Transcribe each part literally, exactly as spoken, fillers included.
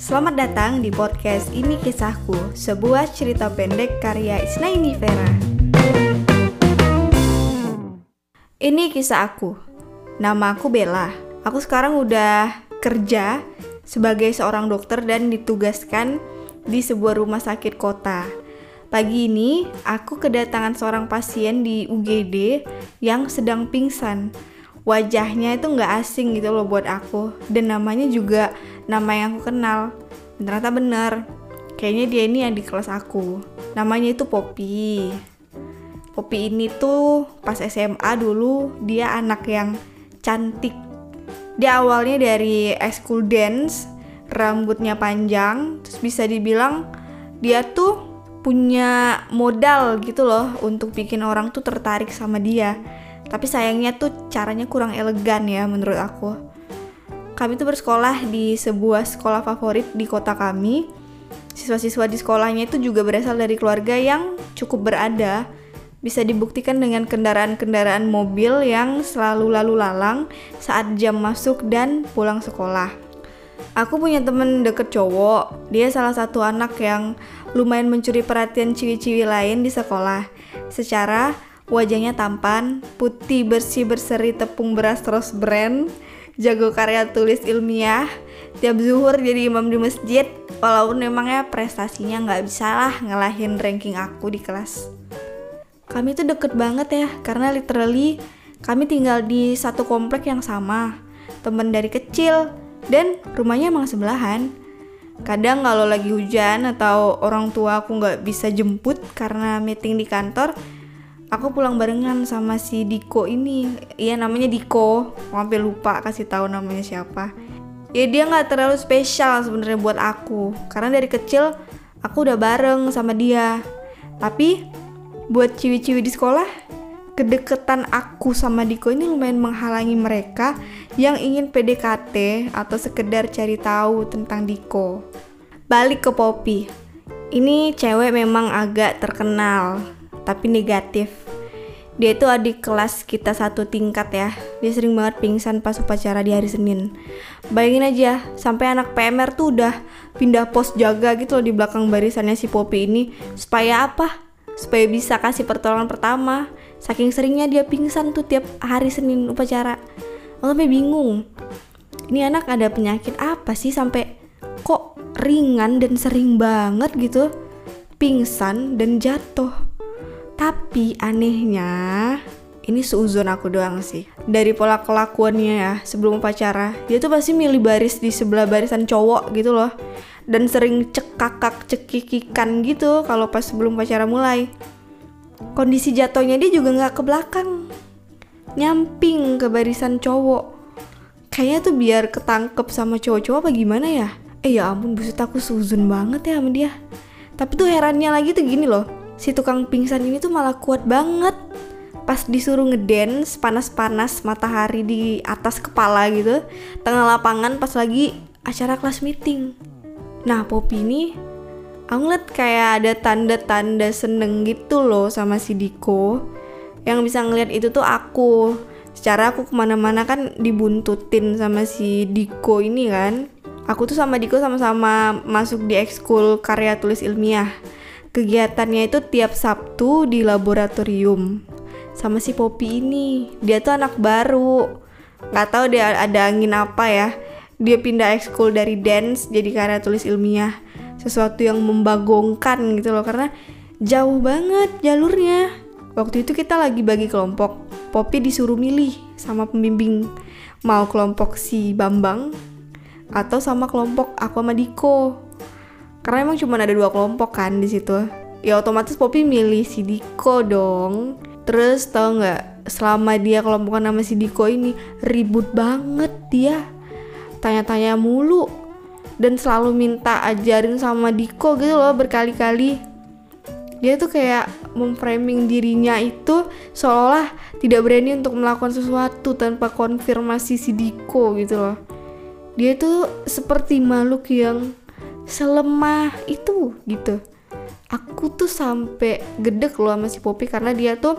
Selamat datang di podcast Ini Kisahku, sebuah cerita pendek karya Isnaini Vera. Ini kisah aku. Nama aku Bella. Aku sekarang udah kerja sebagai seorang dokter dan ditugaskan di sebuah rumah sakit kota. Pagi ini, aku kedatangan seorang pasien di U G D yang sedang pingsan. Wajahnya itu gak asing gitu loh buat aku. Dan namanya juga nama yang aku kenal. Dan ternyata bener, kayaknya dia ini yang di kelas aku. Namanya itu Poppy. Poppy ini tuh pas S M A dulu dia anak yang cantik. Dia awalnya dari ekskul dance, rambutnya panjang, terus bisa dibilang dia tuh punya modal gitu loh untuk bikin orang tuh tertarik sama dia. Tapi sayangnya tuh caranya kurang elegan ya menurut aku. Kami tuh bersekolah di sebuah sekolah favorit di kota kami. Siswa-siswa di sekolahnya itu juga berasal dari keluarga yang cukup berada. Bisa dibuktikan dengan kendaraan-kendaraan mobil yang selalu lalu lalang saat jam masuk dan pulang sekolah. Aku punya temen deket cowok. Dia salah satu anak yang lumayan mencuri perhatian ciwi-ciwi lain di sekolah. Secara wajahnya tampan, putih bersih berseri tepung beras terus brand, jago karya tulis ilmiah, tiap zuhur jadi imam di masjid, walaupun memangnya prestasinya gak bisa lah ngalahin ranking aku di kelas. Kami tuh deket banget ya, karena literally kami tinggal di satu komplek yang sama, temen dari kecil, dan rumahnya emang sebelahan. Kadang kalau lagi hujan atau orang tua aku gak bisa jemput karena meeting di kantor, aku pulang barengan sama si Diko ini. Iya namanya Diko. Aku sampai lupa kasih tahu namanya siapa. Ya dia nggak terlalu spesial sebenarnya buat aku. Karena dari kecil aku udah bareng sama dia. Tapi buat ciwi-ciwi di sekolah, kedeketan aku sama Diko ini lumayan menghalangi mereka yang ingin P D K T atau sekedar cari tahu tentang Diko. Balik ke Poppy. Ini cewek memang agak terkenal, tapi negatif. Dia itu adik kelas kita satu tingkat ya. Dia sering banget pingsan pas upacara di hari Senin. Bayangin aja, sampai anak P M R tuh udah pindah pos jaga gitu loh di belakang barisannya si Poppy ini. Supaya apa? Supaya bisa kasih pertolongan pertama. Saking seringnya dia pingsan tuh tiap hari Senin upacara. Aku sampai bingung. Ini anak ada penyakit apa sih sampai kok ringan dan sering banget gitu pingsan dan jatuh. Tapi anehnya, ini seuzon aku doang sih. Dari pola kelakuannya ya, sebelum upacara, dia tuh pasti milih baris di sebelah barisan cowok gitu loh. Dan sering cekakak cekikikan gitu kalau pas sebelum upacara mulai. Kondisi jatuhnya dia juga gak ke belakang, nyamping ke barisan cowok. Kayaknya tuh biar ketangkep sama cowok-cowok apa gimana ya. Eh ya ampun, buset aku seuzon banget ya sama dia. Tapi tuh herannya lagi tuh gini loh, si tukang pingsan ini tuh malah kuat banget. Pas disuruh ngedance panas-panas matahari di atas kepala gitu, tengah lapangan pas lagi acara kelas meeting. Nah Poppy ini, aku ngeliat kayak ada tanda-tanda seneng gitu loh sama si Diko. Yang bisa ngeliat itu tuh aku. Secara aku kemana-mana kan dibuntutin sama si Diko ini kan. Aku tuh sama Diko sama-sama masuk di ekskul karya tulis ilmiah. Kegiatannya itu tiap Sabtu di laboratorium. Sama si Poppy ini, dia tuh anak baru. Gak tahu dia ada angin apa ya. Dia pindah ekskul dari dance jadi karya tulis ilmiah. Sesuatu yang membagongkan gitu loh, karena jauh banget jalurnya. Waktu itu kita lagi bagi kelompok. Poppy disuruh milih sama pembimbing, mau kelompok si Bambang atau sama kelompok aku sama Diko. Karena emang cuma ada dua kelompok kan di situ. Ya otomatis Poppy milih si Diko dong. Terus tau nggak, selama dia kelompokan sama si Diko ini ribut banget dia. Tanya-tanya mulu dan selalu minta ajarin sama Diko gitu loh berkali-kali. Dia tuh kayak memframing dirinya itu seolah tidak berani untuk melakukan sesuatu tanpa konfirmasi si Diko gitu loh. Dia tuh seperti makhluk yang selemah itu gitu. Aku tuh sampai gedek loh sama si Poppy karena dia tuh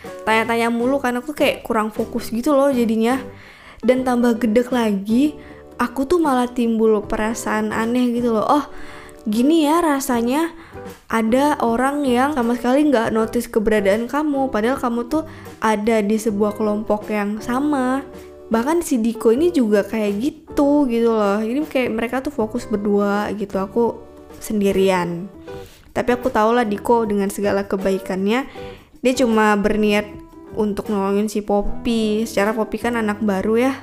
tanya-tanya mulu, karena aku kayak kurang fokus gitu loh jadinya. Dan tambah gedek lagi, aku tuh malah timbul perasaan aneh gitu loh. Oh, gini ya rasanya ada orang yang sama sekali nggak notice keberadaan kamu, padahal kamu tuh ada di sebuah kelompok yang sama. Bahkan si Diko ini juga kayak gitu gitu loh. Ini kayak mereka tuh fokus berdua gitu, aku sendirian. Tapi aku tahu lah Diko dengan segala kebaikannya, dia cuma berniat untuk nolongin si Poppy. Secara Poppy kan anak baru ya.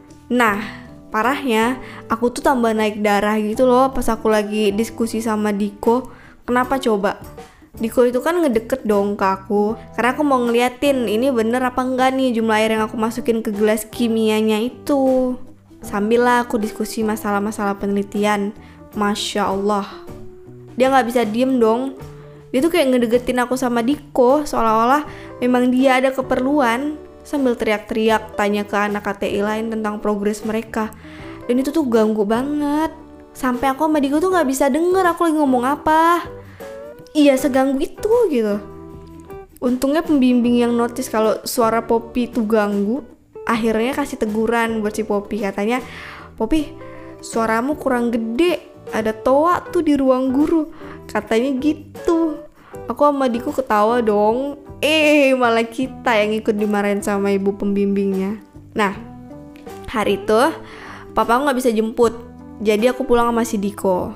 Nah, parahnya aku tuh tambah naik darah gitu loh pas aku lagi diskusi sama Diko. Kenapa coba? Diko itu kan ngedeket dong ke aku, karena aku mau ngeliatin ini bener apa enggak nih jumlah air yang aku masukin ke gelas kimianya itu. Sambil lah aku diskusi masalah-masalah penelitian. Masya Allah, dia gak bisa diem dong. Dia tuh kayak ngedeketin aku sama Diko, seolah-olah memang dia ada keperluan, sambil teriak-teriak tanya ke anak K T I lain tentang progres mereka. Dan itu tuh ganggu banget, sampai aku sama Diko tuh gak bisa denger aku lagi ngomong apa. Iya, seganggu itu gitu. Untungnya pembimbing yang notice kalau suara Poppy tuh ganggu, akhirnya kasih teguran buat si Poppy. Katanya, Poppy, suaramu kurang gede, ada toa tuh di ruang guru, katanya gitu. Aku sama Diko ketawa dong. Eh, malah kita yang ikut dimarahin sama ibu pembimbingnya. Nah, hari itu papa aku gak bisa jemput, jadi aku pulang sama si Diko.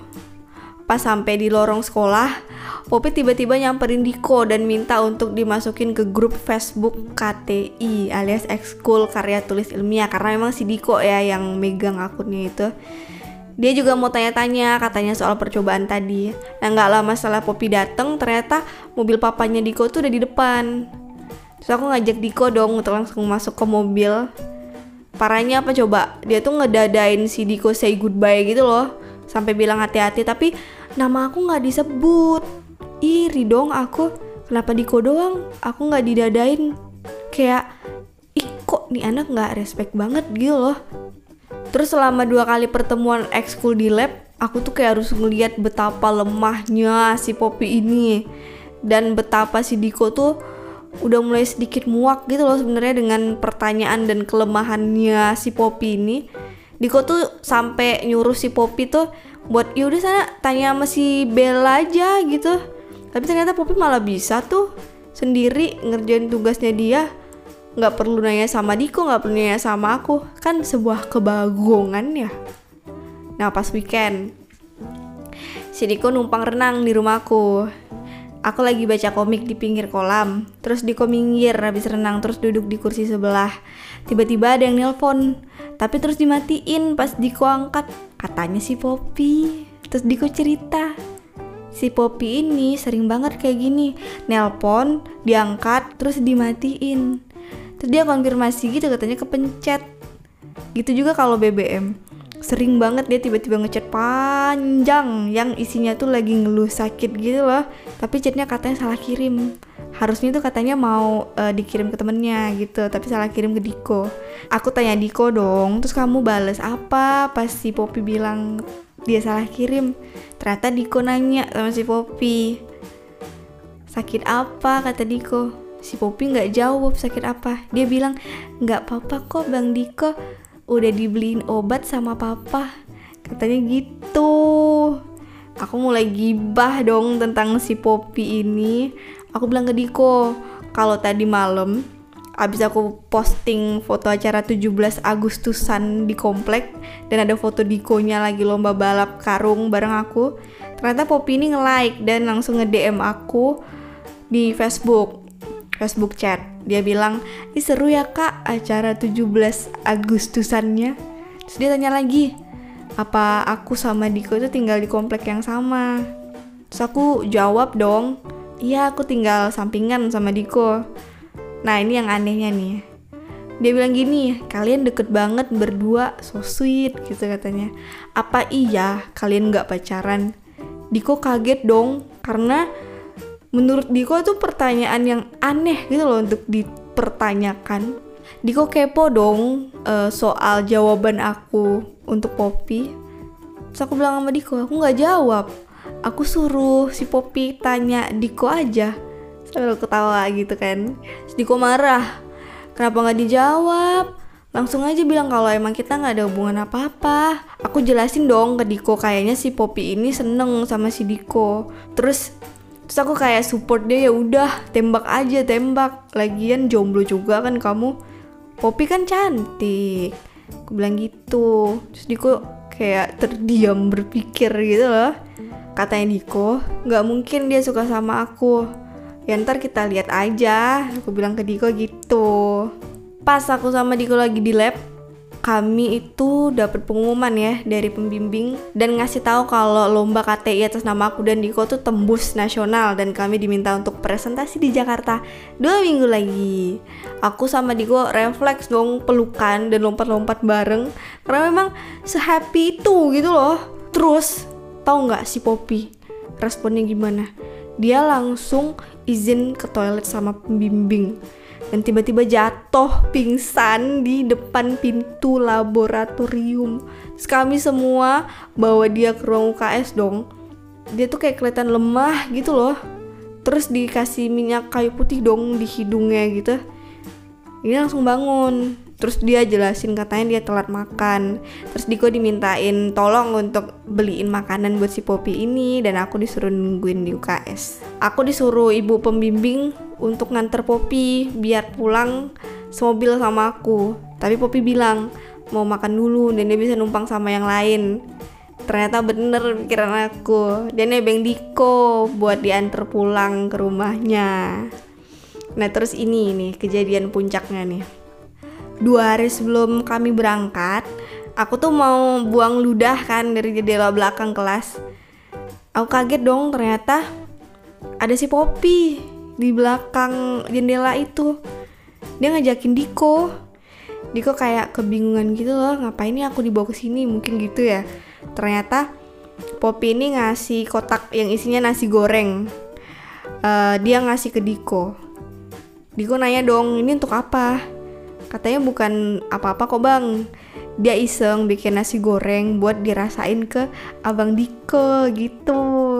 Pas sampai di lorong sekolah, Poppy tiba-tiba nyamperin Diko dan minta untuk dimasukin ke grup Facebook K T I alias Ekskul Karya Tulis Ilmiah, karena memang si Diko ya yang megang akunnya itu. Dia juga mau tanya-tanya katanya soal percobaan tadi. Nah, gak lama setelah Poppy dateng, ternyata mobil papanya Diko tuh udah di depan. Terus aku ngajak Diko dong untuk langsung masuk ke mobil. Parahnya apa coba? Dia tuh ngedadain si Diko say goodbye gitu loh, sampai bilang hati-hati, tapi nama aku gak disebut. Iri dong aku, kenapa Diko doang? Aku gak didadain. Kayak, ih kok nih anak gak respect banget gitu loh. Terus selama dua kali pertemuan ekskul di lab, aku tuh kayak harus ngeliat betapa lemahnya si Poppy ini, dan betapa si Diko tuh udah mulai sedikit muak gitu loh sebenarnya dengan pertanyaan dan kelemahannya si Poppy ini. Diko tuh sampai nyuruh si Poppy tuh buat yaudah sana tanya sama si Bella aja gitu. Tapi ternyata Poppy malah bisa tuh sendiri ngerjain tugasnya dia, nggak perlu nanya sama Diko, nggak perlu nanya sama aku. Kan sebuah kebagongan ya. Nah, pas weekend si Diko numpang renang di rumahku. Aku lagi baca komik di pinggir kolam, terus Diko minggir habis renang terus duduk di kursi sebelah. Tiba-tiba ada yang nelpon, tapi terus dimatiin pas Diko angkat. Katanya si Poppy. Terus Diko cerita, si Poppy ini sering banget kayak gini, nelpon, diangkat, terus dimatiin. Terus dia konfirmasi gitu, katanya kepencet. Gitu juga kalau B B M. Sering banget dia tiba-tiba ngechat panjang yang isinya tuh lagi ngeluh sakit gitu loh, tapi chatnya katanya salah kirim. Harusnya tuh katanya mau uh, dikirim ke temennya gitu, tapi salah kirim ke Diko. Aku tanya Diko dong, terus kamu bales apa pas si Poppy bilang dia salah kirim? Ternyata Diko nanya sama si Poppy, sakit apa? Kata Diko. Si Poppy gak jawab sakit apa. Dia bilang, gak apa-apa kok Bang Diko, udah dibeliin obat sama papa. Katanya gitu. Aku mulai gibah dong tentang si Poppy ini. Aku bilang ke Diko, kalau tadi malam abis aku posting foto acara tujuh belas Agustusan di komplek, dan ada foto Dikonya lagi lomba balap karung bareng aku, ternyata Poppy ini nge-like dan langsung nge-D M aku di Facebook Facebook chat. Dia bilang, "Ih seru ya kak acara tujuh belas Agustusannya." Terus dia tanya lagi, apa aku sama Diko itu tinggal di komplek yang sama? Terus aku jawab dong, iya aku tinggal sampingan sama Diko. Nah ini yang anehnya nih, dia bilang gini, kalian deket banget berdua, so sweet gitu katanya. Apa iya kalian gak pacaran? Diko kaget dong, karena menurut Diko itu pertanyaan yang aneh gitu loh untuk dipertanyakan. Diko kepo dong uh, soal jawaban aku untuk Poppy. Terus aku bilang sama Diko, aku gak jawab, aku suruh si Poppy tanya Diko aja. Sambil ketawa gitu kan. Terus Diko marah, kenapa gak dijawab? langsung aja bilang kalau emang kita nggak ada hubungan apa-apa. Aku jelasin dong ke Diko, kayaknya si Poppy ini seneng sama si Diko. Terus terus aku kayak support dia, ya udah tembak aja tembak. Lagian jomblo juga kan kamu. Poppy kan cantik. Aku bilang gitu. Terus Diko kayak terdiam berpikir gitu loh. Katanya Diko, nggak mungkin dia suka sama aku. Ya ntar kita lihat aja. Aku bilang ke Diko gitu. Pas aku sama Diko lagi di lab, kami itu dapat pengumuman ya dari pembimbing dan ngasih tahu kalau lomba K T I atas nama aku dan Diko tuh tembus nasional dan kami diminta untuk presentasi di Jakarta dua minggu lagi. Aku sama Diko refleks dong, pelukan dan lompat-lompat bareng karena memang se-happy itu gitu loh. Terus tahu nggak si Poppy responnya gimana? Dia langsung izin ke toilet sama pembimbing dan tiba-tiba jatuh pingsan di depan pintu laboratorium. Terus kami semua bawa dia ke ruang U K S dong. Dia tuh kayak kelihatan lemah gitu loh. Terus dikasih minyak kayu putih dong di hidungnya gitu. Ini langsung bangun. Terus dia jelasin katanya dia telat makan. Terus Diko dimintain tolong untuk beliin makanan buat si Poppy ini dan aku disuruh nungguin di U K S. Aku disuruh ibu pembimbing untuk nganter Poppy biar pulang semobil sama aku. Tapi Poppy bilang mau makan dulu dan dia bisa numpang sama yang lain. Ternyata bener pikiran aku. Dia nebeng Diko buat diantar pulang ke rumahnya. Nah terus ini nih kejadian puncaknya nih. Dua hari sebelum kami berangkat, aku tuh mau buang ludah kan dari jendela belakang kelas. Aku kaget dong, ternyata ada si Poppy di belakang jendela itu. Dia ngajakin Diko. Diko kayak kebingungan gitu loh, ngapain nih aku dibawa ke sini, mungkin gitu ya. Ternyata Poppy ini ngasih kotak yang isinya nasi goreng. Uh, dia ngasih ke Diko. Diko nanya dong, ini untuk apa? Katanya bukan apa-apa kok bang. Dia iseng bikin nasi goreng buat dirasain ke abang Diko gitu.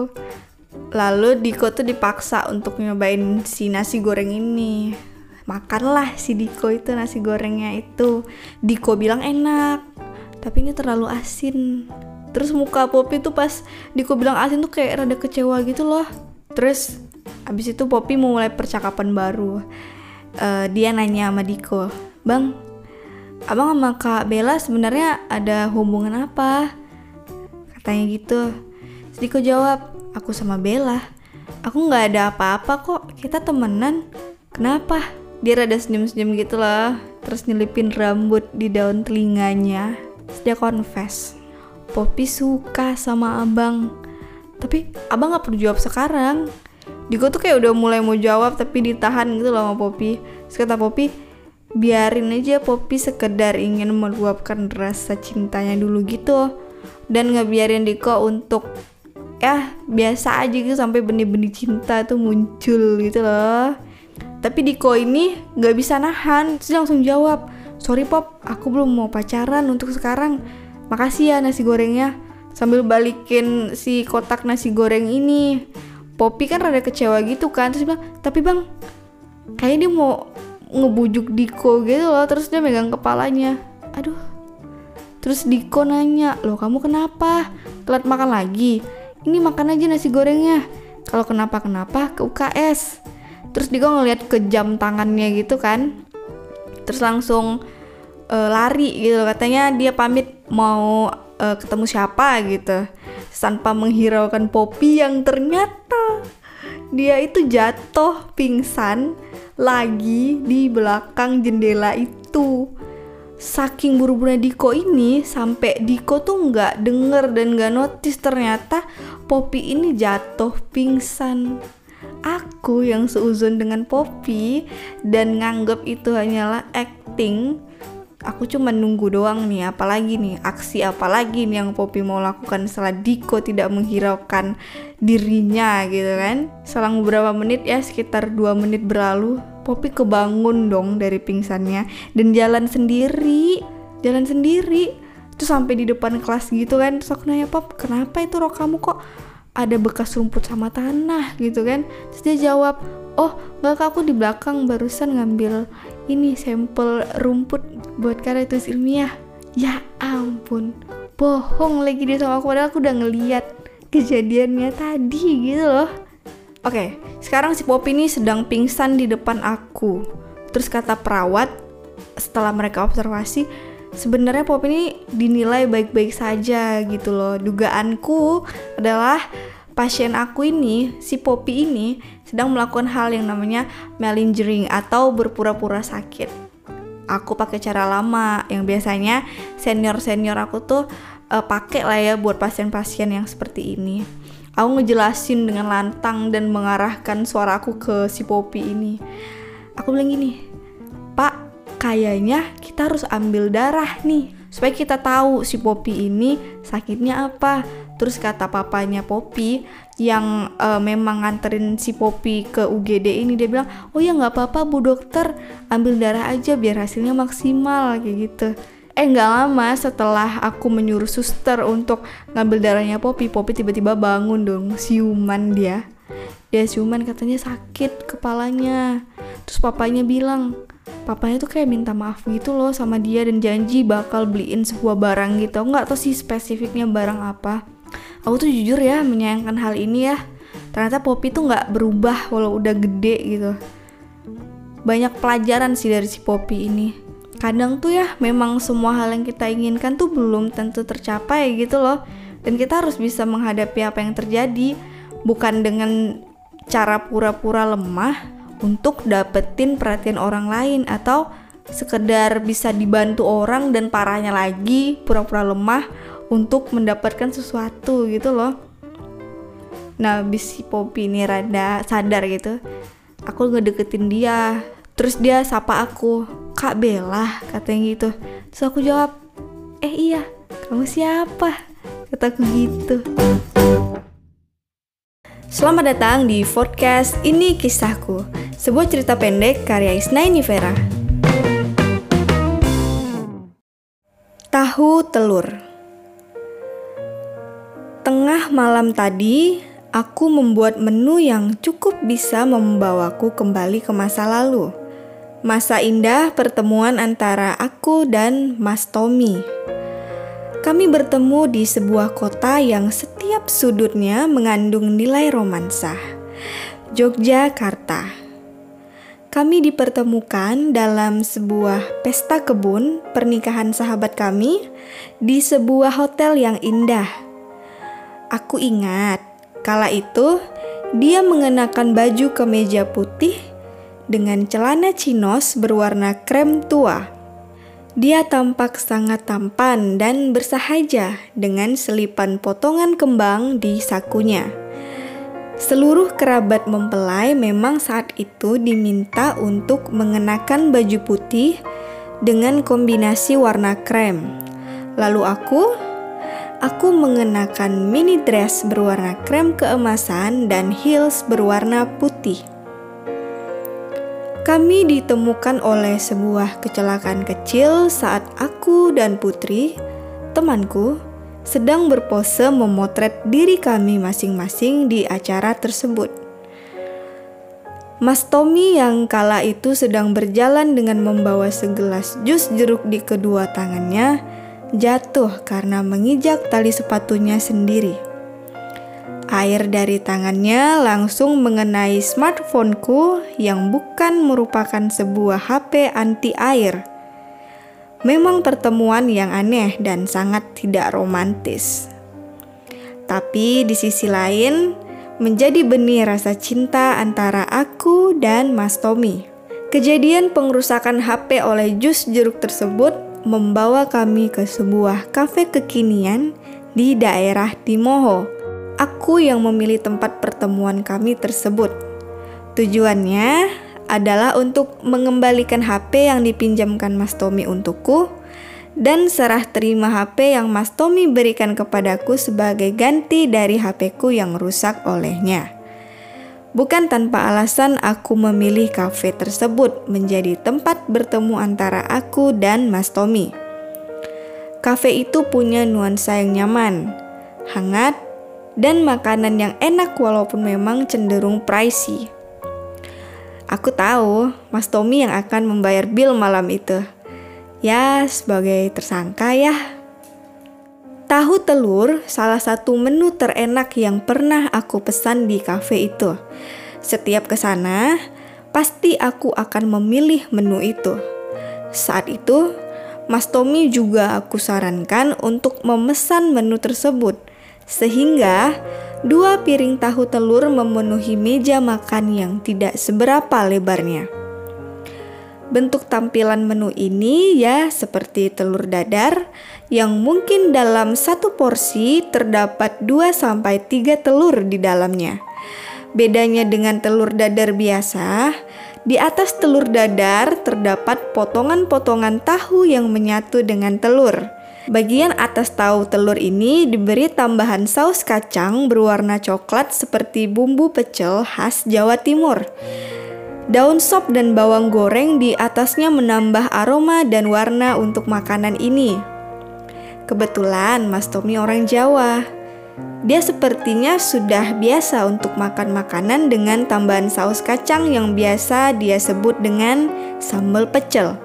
Lalu Diko tuh dipaksa untuk nyobain si nasi goreng ini. Makanlah si Diko itu nasi gorengnya itu. Diko bilang enak, tapi ini terlalu asin. Terus muka Poppy tuh pas Diko bilang asin tuh kayak rada kecewa gitu loh. Terus abis itu Poppy mau mulai percakapan baru. uh, Dia nanya sama Diko, bang, abang sama Kak Bella sebenarnya ada hubungan apa? Katanya gitu. Terus Diko jawab, aku sama Bella, aku gak ada apa-apa kok, kita temenan. Kenapa? Dia rada senyum-senyum gitu lah. Terus nyelipin rambut di daun telinganya. Terus dia confess, Poppy suka sama abang. Tapi abang gak perlu jawab sekarang. Diko tuh kayak udah mulai mau jawab tapi ditahan gitu loh sama Poppy. Terus kata Poppy, biarin aja Poppy sekedar ingin meluapkan rasa cintanya dulu gitu. Dan ngebiarin Diko untuk ya biasa aja gitu sampai benih-benih cinta tuh muncul gitu loh. Tapi Diko ini gak bisa nahan. Terus dia langsung jawab, sorry Pop, aku belum mau pacaran untuk sekarang. Makasih ya nasi gorengnya. Sambil balikin si kotak nasi goreng ini. Poppy kan rada kecewa gitu kan. Terus dia bilang, tapi bang, kayaknya dia mau ngebujuk Diko gitu loh. Terus dia megang kepalanya. Aduh. Terus Diko nanya, loh kamu kenapa? Telat makan lagi? Ini makan aja nasi gorengnya. Kalau kenapa-kenapa ke U K S. Terus Diko ngeliat ke jam tangannya gitu kan. Terus langsung uh, lari gitu. Katanya dia pamit mau uh, ketemu siapa gitu. Tanpa menghiraukan Poppy yang ternyata dia itu jatuh pingsan lagi di belakang jendela itu. Saking buru-burunya Diko ini sampai Diko tuh nggak denger dan nggak notice ternyata Poppy ini jatuh pingsan. Aku yang seuzon dengan Poppy dan nganggep itu hanyalah acting. Aku cuma nunggu doang nih, apalagi nih, aksi apalagi nih yang Poppy mau lakukan setelah Diko tidak menghiraukan dirinya gitu kan. Selang beberapa menit ya, sekitar dua menit berlalu, Poppy kebangun dong dari pingsannya dan jalan sendiri, jalan sendiri. Terus sampai di depan kelas gitu kan, terus aku nanya, Pop, kenapa itu rok kamu kok ada bekas rumput sama tanah gitu kan. Terus dia jawab, oh enggak kak, aku di belakang barusan ngambil ini sampel rumput buat karya tulis ilmiah. Ya ampun, bohong lagi dia sama aku, padahal aku udah ngeliat kejadiannya tadi gitu loh. Oke, sekarang si Poppy ini sedang pingsan di depan aku. Terus kata perawat setelah mereka observasi, sebenarnya Poppy ini dinilai baik-baik saja gitu loh. Dugaanku adalah pasien aku ini, si Poppy ini sedang melakukan hal yang namanya malingering atau berpura-pura sakit. Aku pakai cara lama yang biasanya senior-senior aku tuh uh, pakai lah ya buat pasien-pasien yang seperti ini. Aku ngejelasin dengan lantang dan mengarahkan suara aku ke si Poppy ini. Aku bilang gini, Pak, kayaknya kita harus ambil darah nih supaya kita tahu si Poppy ini sakitnya apa. Terus kata papanya Poppy yang uh, memang nganterin si Poppy ke U G D ini, dia bilang, oh ya nggak apa-apa Bu Dokter, ambil darah aja biar hasilnya maksimal kayak gitu. Eh nggak lama setelah aku menyuruh suster untuk ngambil darahnya Poppy, Poppy tiba-tiba bangun dong, siuman dia. Dia siuman, katanya sakit kepalanya. Terus papanya bilang, papanya tuh kayak minta maaf gitu loh sama dia dan janji bakal beliin sebuah barang gitu. Aku nggak tahu sih spesifiknya barang apa. Aku tuh jujur ya menyayangkan hal ini ya. Ternyata Poppy tuh nggak berubah walau udah gede gitu. Banyak pelajaran sih dari si Poppy ini. Kadang tuh ya memang semua hal yang kita inginkan tuh belum tentu tercapai gitu loh. Dan kita harus bisa menghadapi apa yang terjadi, bukan dengan cara pura-pura lemah untuk dapetin perhatian orang lain, atau sekedar bisa dibantu orang dan parahnya lagi pura-pura lemah untuk mendapatkan sesuatu gitu loh. Nah, abis si Poppy ini rada sadar gitu, aku ngedeketin dia. Terus dia sapa aku, Kak Bella, katanya gitu. Terus aku jawab, eh iya, kamu siapa? Kataku gitu. Selamat datang di podcast Ini Kisahku, sebuah cerita pendek karya Isnaini Vera. Tahu telur. Tengah malam tadi, aku membuat menu yang cukup bisa membawaku kembali ke masa lalu. Masa indah pertemuan antara aku dan Mas Tommy. Kami bertemu di sebuah kota yang setiap sudutnya mengandung nilai romansa, Yogyakarta. Kami dipertemukan dalam sebuah pesta kebun pernikahan sahabat kami di sebuah hotel yang indah. Aku ingat, kala itu dia mengenakan baju kemeja putih dengan celana chinos berwarna krem tua. Dia tampak sangat tampan dan bersahaja dengan selipan potongan kembang di sakunya. Seluruh kerabat mempelai memang saat itu diminta untuk mengenakan baju putih dengan kombinasi warna krem. Lalu aku, aku mengenakan mini dress berwarna krem keemasan dan heels berwarna putih. Kami ditemukan oleh sebuah kecelakaan kecil saat aku dan Putri, temanku, sedang berpose memotret diri kami masing-masing di acara tersebut. Mas Tommy yang kala itu sedang berjalan dengan membawa segelas jus jeruk di kedua tangannya, jatuh karena menginjak tali sepatunya sendiri. Air dari tangannya langsung mengenai smartphoneku yang bukan merupakan sebuah H P anti air. Memang pertemuan yang aneh dan sangat tidak romantis. Tapi di sisi lain, menjadi benih rasa cinta antara aku dan Mas Tommy. Kejadian pengerusakan H P oleh jus jeruk tersebut membawa kami ke sebuah kafe kekinian di daerah Timoho. Aku yang memilih tempat pertemuan kami tersebut. Tujuannya adalah untuk mengembalikan H P yang dipinjamkan Mas Tommy untukku dan serah terima H P yang Mas Tommy berikan kepadaku sebagai ganti dari H P-ku yang rusak olehnya. Bukan tanpa alasan aku memilih kafe tersebut menjadi tempat bertemu antara aku dan Mas Tommy. Kafe itu punya nuansa yang nyaman, hangat, dan makanan yang enak walaupun memang cenderung pricey. Aku tahu Mas Tommy yang akan membayar bill malam itu. Ya, sebagai tersangka ya. Tahu telur salah satu menu terenak yang pernah aku pesan di kafe itu. Setiap kesana, pasti aku akan memilih menu itu. Saat itu, Mas Tommy juga aku sarankan untuk memesan menu tersebut, sehingga dua piring tahu telur memenuhi meja makan yang tidak seberapa lebarnya. Bentuk tampilan menu ini ya seperti telur dadar yang mungkin dalam satu porsi terdapat dua sampai tiga telur di dalamnya. Bedanya dengan telur dadar biasa, di atas telur dadar terdapat potongan-potongan tahu yang menyatu dengan telur. Bagian atas tahu telur ini diberi tambahan saus kacang berwarna coklat seperti bumbu pecel khas Jawa Timur. Daun sop dan bawang goreng di atasnya menambah aroma dan warna untuk makanan ini. Kebetulan Mas Tommy orang Jawa. Dia sepertinya sudah biasa untuk makan makanan dengan tambahan saus kacang yang biasa dia sebut dengan sambal pecel.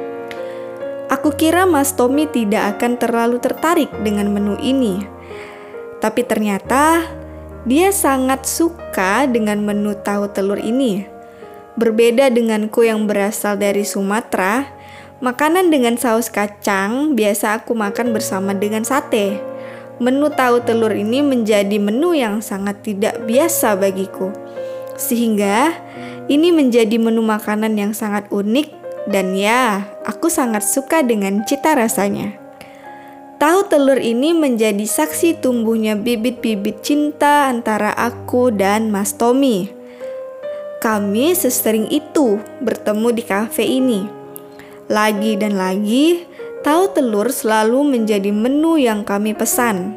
Aku kira Mas Tommy tidak akan terlalu tertarik dengan menu ini. Tapi ternyata dia sangat suka dengan menu tahu telur ini. Berbeda denganku yang berasal dari Sumatera, makanan dengan saus kacang biasa aku makan bersama dengan sate. Menu tahu telur ini menjadi menu yang sangat tidak biasa bagiku. Sehingga ini menjadi menu makanan yang sangat unik dan ya, aku sangat suka dengan cita rasanya. Tahu telur ini menjadi saksi tumbuhnya bibit-bibit cinta antara aku dan Mas Tommy. Kami sesering itu bertemu di kafe ini. Lagi dan lagi, tahu telur selalu menjadi menu yang kami pesan.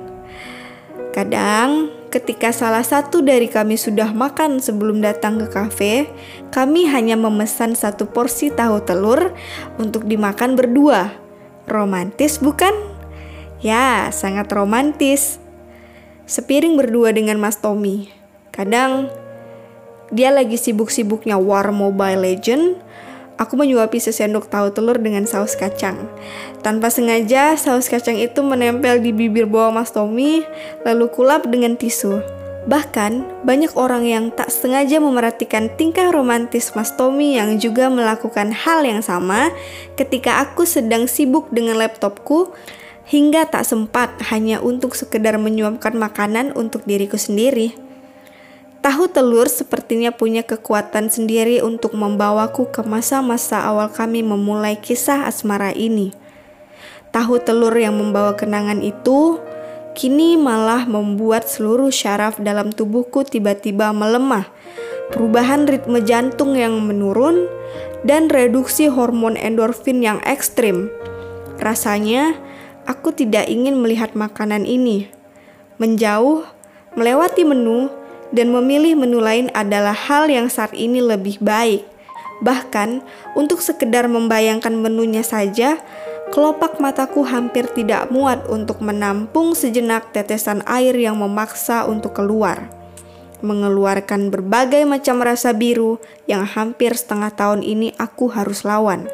Kadang, ketika salah satu dari kami sudah makan sebelum datang ke kafe, kami hanya memesan satu porsi tahu telur untuk dimakan berdua. Romantis bukan? Ya, sangat romantis. Sepiring berdua dengan Mas Tommy. Kadang, dia lagi sibuk-sibuknya War Mobile Legends. Aku menyuapi sesendok tahu telur dengan saus kacang. Tanpa sengaja, saus kacang itu menempel di bibir bawah Mas Tommy, lalu kulap dengan tisu. Bahkan, banyak orang yang tak sengaja memerhatikan tingkah romantis Mas Tommy yang juga melakukan hal yang sama ketika aku sedang sibuk dengan laptopku, hingga tak sempat hanya untuk sekedar menyuapkan makanan untuk diriku sendiri. Tahu telur sepertinya punya kekuatan sendiri untuk membawaku ke masa-masa awal kami memulai kisah asmara ini. Tahu telur yang membawa kenangan itu, kini malah membuat seluruh syaraf dalam tubuhku tiba-tiba melemah. Perubahan ritme jantung yang menurun, dan reduksi hormon endorfin yang ekstrim. Rasanya, aku tidak ingin melihat makanan ini. Menjauh, melewati menu, dan memilih menu lain adalah hal yang saat ini lebih baik. Bahkan, untuk sekedar membayangkan menunya saja, kelopak mataku hampir tidak muat untuk menampung sejenak tetesan air yang memaksa untuk keluar. Mengeluarkan berbagai macam rasa biru yang hampir setengah tahun ini aku harus lawan.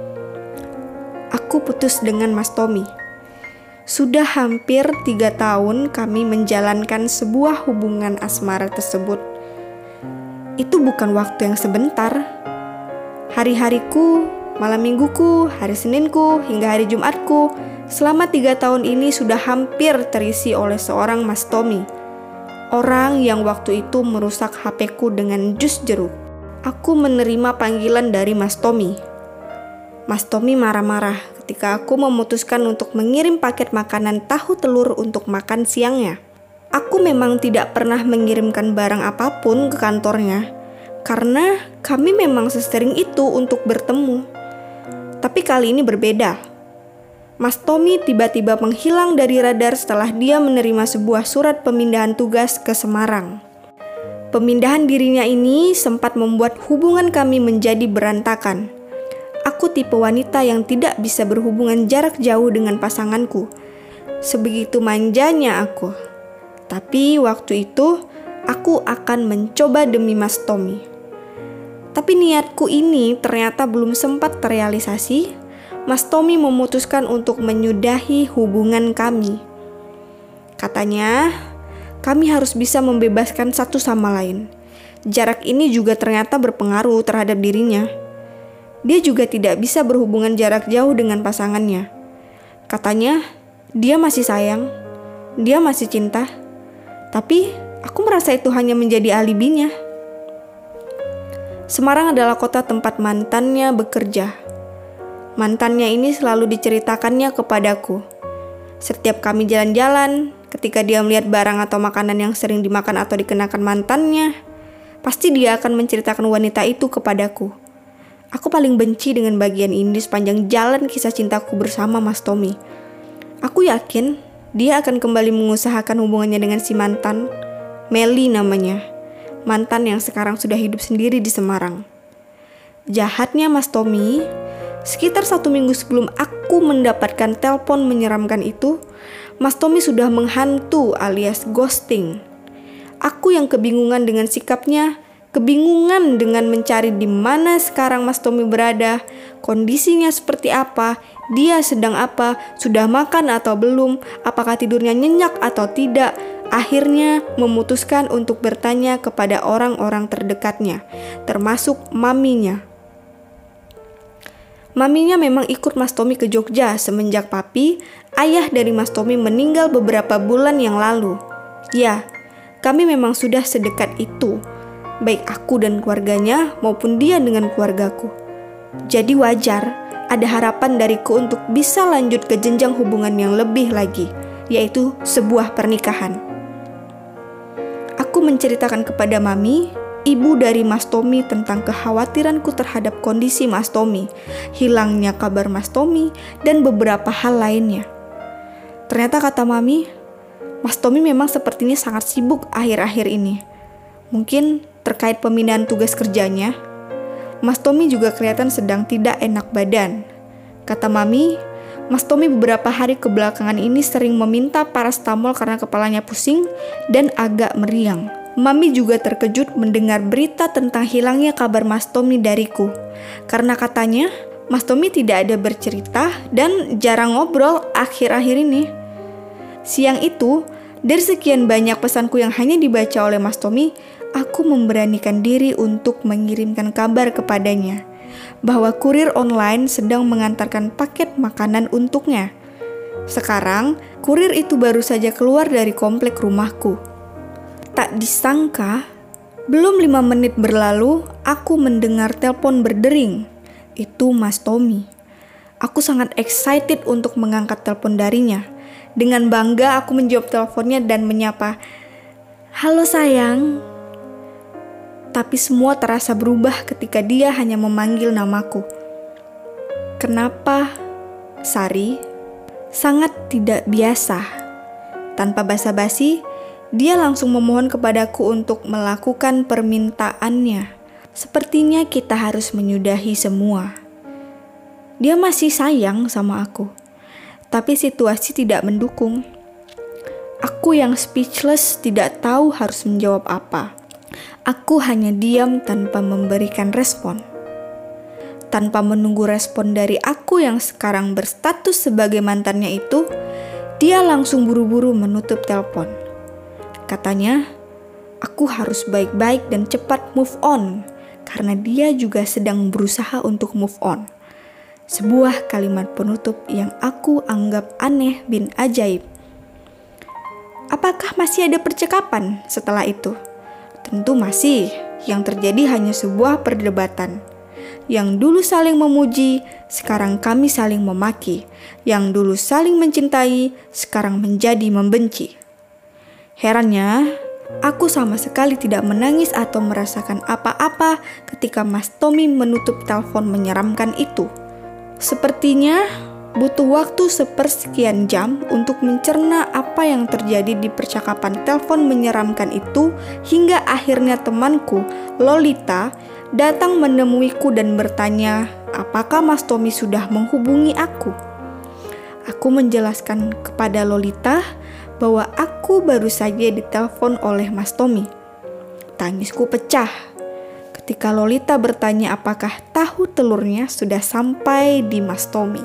Aku putus dengan Mas Tommy. Sudah hampir tiga tahun kami menjalankan sebuah hubungan asmara tersebut. Itu bukan waktu yang sebentar. Hari-hariku, malam mingguku, hari Seninku, hingga hari Jumatku, selama tiga tahun ini sudah hampir terisi oleh seorang Mas Tommy. Orang yang waktu itu merusak H P-ku dengan jus jeruk. Aku menerima panggilan dari Mas Tommy. Mas Tommy marah-marah ketika aku memutuskan untuk mengirim paket makanan tahu telur untuk makan siangnya. Aku memang tidak pernah mengirimkan barang apapun ke kantornya, karena kami memang sesering itu untuk bertemu. Tapi kali ini berbeda. Mas Tommy tiba-tiba menghilang dari radar setelah dia menerima sebuah surat pemindahan tugas ke Semarang. Pemindahan dirinya ini sempat membuat hubungan kami menjadi berantakan. Aku tipe wanita yang tidak bisa berhubungan jarak jauh dengan pasanganku. Sebegitu manjanya aku. Tapi waktu itu aku akan mencoba demi Mas Tommy. Tapi niatku ini ternyata belum sempat terrealisasi. Mas Tommy memutuskan untuk menyudahi hubungan kami. Katanya, kami harus bisa membebaskan satu sama lain. Jarak ini juga ternyata berpengaruh terhadap dirinya. Dia juga tidak bisa berhubungan jarak jauh dengan pasangannya. Katanya, dia masih sayang, dia masih cinta. Tapi aku merasa itu hanya menjadi alibinya. Semarang adalah kota tempat mantannya bekerja. Mantannya ini selalu diceritakannya kepadaku. Setiap kami jalan-jalan, ketika dia melihat barang atau makanan yang sering dimakan atau dikenakan mantannya, pasti dia akan menceritakan wanita itu kepadaku. Aku paling benci dengan bagian ini sepanjang jalan kisah cintaku bersama Mas Tommy. Aku yakin dia akan kembali mengusahakan hubungannya dengan si mantan, Meli namanya. Mantan yang sekarang sudah hidup sendiri di Semarang. Jahatnya Mas Tommy, sekitar satu minggu sebelum aku mendapatkan telepon menyeramkan itu, Mas Tommy sudah menghantu alias ghosting. Aku yang kebingungan dengan sikapnya, kebingungan dengan mencari di mana sekarang Mas Tommy berada, kondisinya seperti apa, dia sedang apa, sudah makan atau belum, apakah tidurnya nyenyak atau tidak. Akhirnya memutuskan untuk bertanya kepada orang-orang terdekatnya, termasuk maminya. Maminya memang ikut Mas Tommy ke Jogja semenjak papi, ayah dari Mas Tommy, meninggal beberapa bulan yang lalu. Ya, kami memang sudah sedekat itu, baik aku dan keluarganya maupun dia dengan keluargaku. Jadi wajar ada harapan dariku untuk bisa lanjut ke jenjang hubungan yang lebih lagi, yaitu sebuah pernikahan. Aku menceritakan kepada mami, ibu dari Mas Tommy, tentang kekhawatiranku terhadap kondisi Mas Tommy, hilangnya kabar Mas Tommy, dan beberapa hal lainnya. Ternyata kata mami, Mas Tommy memang sepertinya sangat sibuk akhir-akhir ini. Mungkin terkait pemindahan tugas kerjanya. Mas Tommy juga kelihatan sedang tidak enak badan. Kata mami, Mas Tommy beberapa hari kebelakangan ini sering meminta parastamol karena kepalanya pusing dan agak meriang. Mami juga terkejut mendengar berita tentang hilangnya kabar Mas Tommy dariku. Karena katanya, Mas Tommy tidak ada bercerita dan jarang ngobrol akhir-akhir ini. Siang itu, dari sekian banyak pesanku yang hanya dibaca oleh Mas Tommy, aku memberanikan diri untuk mengirimkan kabar kepadanya bahwa kurir online sedang mengantarkan paket makanan untuknya. Sekarang, kurir itu baru saja keluar dari komplek rumahku. Tak disangka, belum lima menit berlalu, aku mendengar telepon berdering. Itu Mas Tommy. Aku sangat excited untuk mengangkat telepon darinya. Dengan bangga aku menjawab teleponnya dan menyapa, "Halo sayang." Tapi semua terasa berubah ketika dia hanya memanggil namaku. "Kenapa, Sari?" Sangat tidak biasa. Tanpa basa-basi, dia langsung memohon kepadaku untuk melakukan permintaannya. Sepertinya kita harus menyudahi semua. Dia masih sayang sama aku, tapi situasi tidak mendukung. Aku yang speechless tidak tahu harus menjawab apa. Aku hanya diam tanpa memberikan respon. Tanpa menunggu respon dari aku yang sekarang berstatus sebagai mantannya itu, dia langsung buru-buru menutup telepon. Katanya, aku harus baik-baik dan cepat move on, karena dia juga sedang berusaha untuk move on. Sebuah kalimat penutup yang aku anggap aneh bin ajaib. Apakah masih ada percakapan setelah itu? Tentu masih, yang terjadi hanya sebuah perdebatan. Yang dulu saling memuji, sekarang kami saling memaki. Yang dulu saling mencintai, sekarang menjadi membenci. Herannya, aku sama sekali tidak menangis atau merasakan apa-apa ketika Mas Tommy menutup telepon menyeramkan itu. Sepertinya butuh waktu sepersekian jam untuk mencerna apa yang terjadi di percakapan telepon menyeramkan itu, hingga akhirnya temanku, Lolita, datang menemuiku dan bertanya apakah Mas Tommy sudah menghubungi aku. Aku menjelaskan kepada Lolita bahwa aku baru saja ditelepon oleh Mas Tommy. Tangisku pecah ketika Lolita bertanya apakah tahu telurnya sudah sampai di Mas Tommy.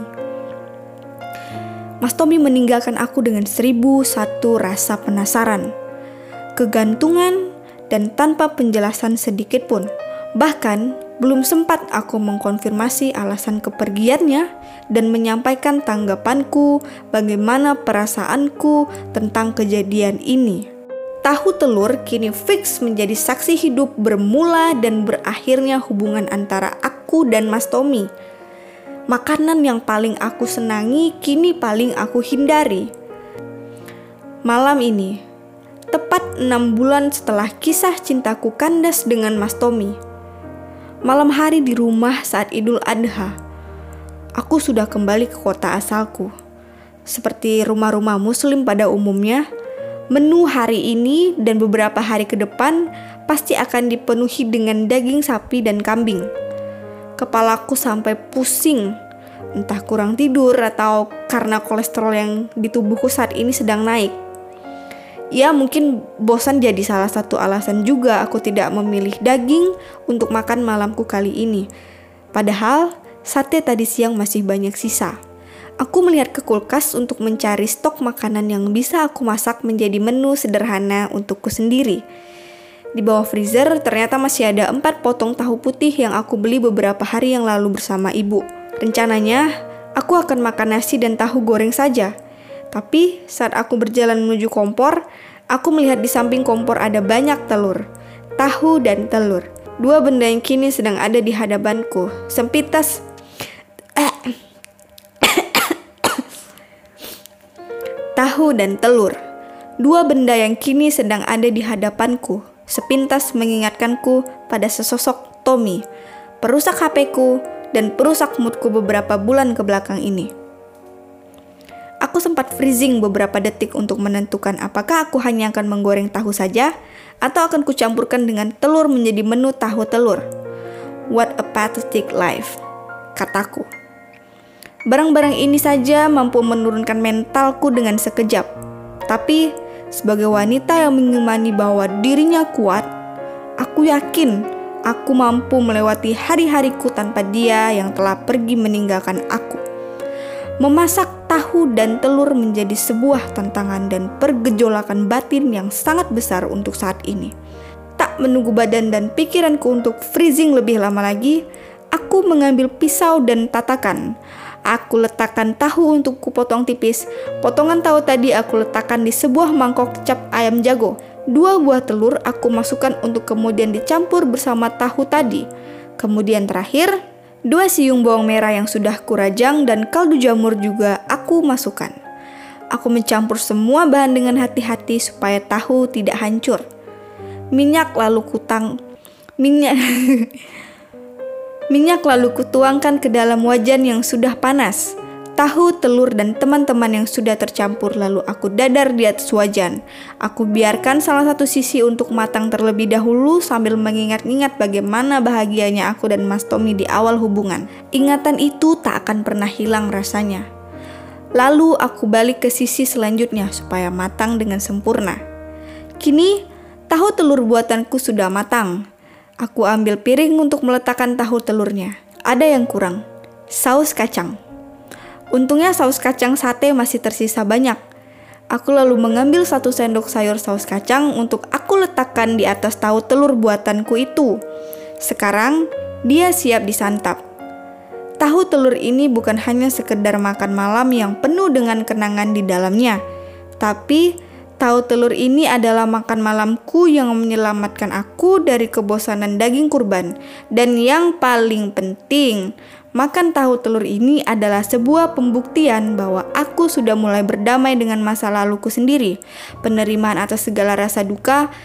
Mas Tommy meninggalkan aku dengan seribu satu rasa penasaran, kegantungan, dan tanpa penjelasan sedikit pun. Bahkan, belum sempat aku mengkonfirmasi alasan kepergiannya dan menyampaikan tanggapanku bagaimana perasaanku tentang kejadian ini. Tahu telur kini fix menjadi saksi hidup bermula dan berakhirnya hubungan antara aku dan Mas Tommy. Makanan yang paling aku senangi kini paling aku hindari. Malam ini, tepat enam bulan setelah kisah cintaku kandas dengan Mas Tommy, malam hari di rumah saat Idul Adha, aku sudah kembali ke kota asalku. Seperti rumah-rumah muslim pada umumnya, menu hari ini dan beberapa hari ke depan pasti akan dipenuhi dengan daging sapi dan kambing. Kepalaku sampai pusing, entah kurang tidur atau karena kolesterol yang di tubuhku saat ini sedang naik. Ya, mungkin bosan jadi salah satu alasan juga aku tidak memilih daging untuk makan malamku kali ini. Padahal sate tadi siang masih banyak sisa. Aku melihat ke kulkas untuk mencari stok makanan yang bisa aku masak menjadi menu sederhana untukku sendiri. Di bawah freezer ternyata masih ada empat potong tahu putih yang aku beli beberapa hari yang lalu bersama ibu. Rencananya, aku akan makan nasi dan tahu goreng saja. Tapi saat aku berjalan menuju kompor, aku melihat di samping kompor ada banyak telur, tahu dan telur. Dua benda yang kini sedang ada di hadapanku. Sempitas tahu dan telur. Dua benda yang kini sedang ada di hadapanku, sepintas mengingatkanku pada sesosok Tommy, perusak H P-ku dan perusak moodku beberapa bulan ke belakang ini. Aku sempat freezing beberapa detik untuk menentukan apakah aku hanya akan menggoreng tahu saja atau akan kucampurkan dengan telur menjadi menu tahu telur. What a pathetic life, kataku. Barang-barang ini saja mampu menurunkan mentalku dengan sekejap. Tapi, sebagai wanita yang mengimani bahwa dirinya kuat, aku yakin aku mampu melewati hari-hariku tanpa dia yang telah pergi meninggalkan aku. Memasak tahu dan telur menjadi sebuah tantangan dan pergejolakan batin yang sangat besar untuk saat ini. Tak menunggu badan dan pikiranku untuk freezing lebih lama lagi, aku mengambil pisau dan tatakan. Aku letakkan tahu untuk kupotong tipis. Potongan tahu tadi aku letakkan di sebuah mangkok cap ayam jago. Dua buah telur aku masukkan untuk kemudian dicampur bersama tahu tadi. Kemudian terakhir, dua siung bawang merah yang sudah kurajang dan kaldu jamur juga aku masukkan. Aku mencampur semua bahan dengan hati-hati supaya tahu tidak hancur. Minyak lalu kutang minyak Minyak lalu kutuangkan ke dalam wajan yang sudah panas. Tahu, telur, dan teman-teman yang sudah tercampur lalu aku dadar di atas wajan. Aku biarkan salah satu sisi untuk matang terlebih dahulu sambil mengingat-ingat bagaimana bahagianya aku dan Mas Tommy di awal hubungan. Ingatan itu tak akan pernah hilang rasanya. Lalu aku balik ke sisi selanjutnya supaya matang dengan sempurna. Kini, tahu telur buatanku sudah matang. Aku ambil piring untuk meletakkan tahu telurnya. Ada yang kurang, saus kacang. Untungnya saus kacang sate masih tersisa banyak. Aku lalu mengambil satu sendok sayur saus kacang untuk aku letakkan di atas tahu telur buatanku itu. Sekarang, dia siap disantap. Tahu telur ini bukan hanya sekedar makan malam yang penuh dengan kenangan di dalamnya, tapi tahu telur ini adalah makan malamku yang menyelamatkan aku dari kebosanan daging kurban. Dan yang paling penting, makan tahu telur ini adalah sebuah pembuktian bahwa aku sudah mulai berdamai dengan masa laluku sendiri. Penerimaan atas segala rasa duka